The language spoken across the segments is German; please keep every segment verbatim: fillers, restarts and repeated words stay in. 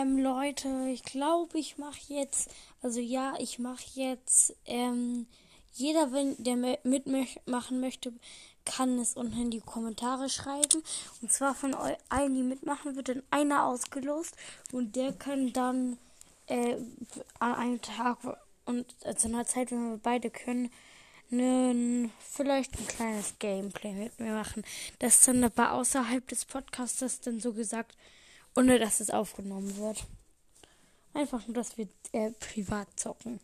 Ähm, Leute, ich glaube, ich mache jetzt, also ja, ich mache jetzt, ähm, jeder, wenn der me- mitmachen möchte, kann es unten in die Kommentare schreiben. Und zwar von eu- allen, die mitmachen, wird dann einer ausgelost und der kann dann äh, an einem Tag und äh, zu einer Zeit, wenn wir beide können, nen, vielleicht ein kleines Gameplay mit mir machen. Das ist dann aber außerhalb des Podcastes dann so gesagt, ohne dass es aufgenommen wird. Einfach nur, dass wir äh, privat zocken.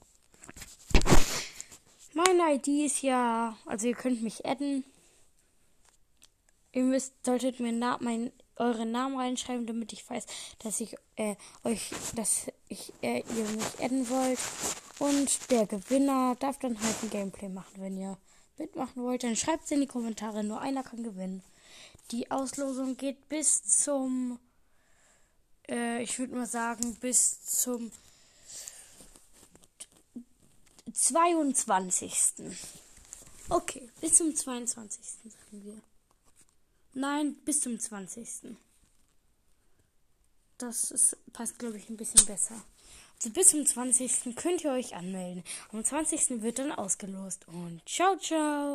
Meine I D ist ja, also ihr könnt mich adden. Ihr müsst, solltet mir na, mein, euren Namen reinschreiben, damit ich weiß, dass ich äh, euch, dass ich äh, ihr mich adden wollt. Und der Gewinner darf dann halt ein Gameplay machen, wenn ihr mitmachen wollt. Dann schreibt es in die Kommentare, nur einer kann gewinnen. Die Auslosung geht bis zum, äh, ich würde mal sagen, bis zum zweiundzwanzigsten Okay, bis zum zweiundzwanzigsten sagen wir. Nein, bis zum zwanzigsten Das ist, passt, glaube ich, ein bisschen besser. Also bis zum zwanzigsten könnt ihr euch anmelden. Am zwanzigsten wird dann ausgelost. Und ciao, ciao.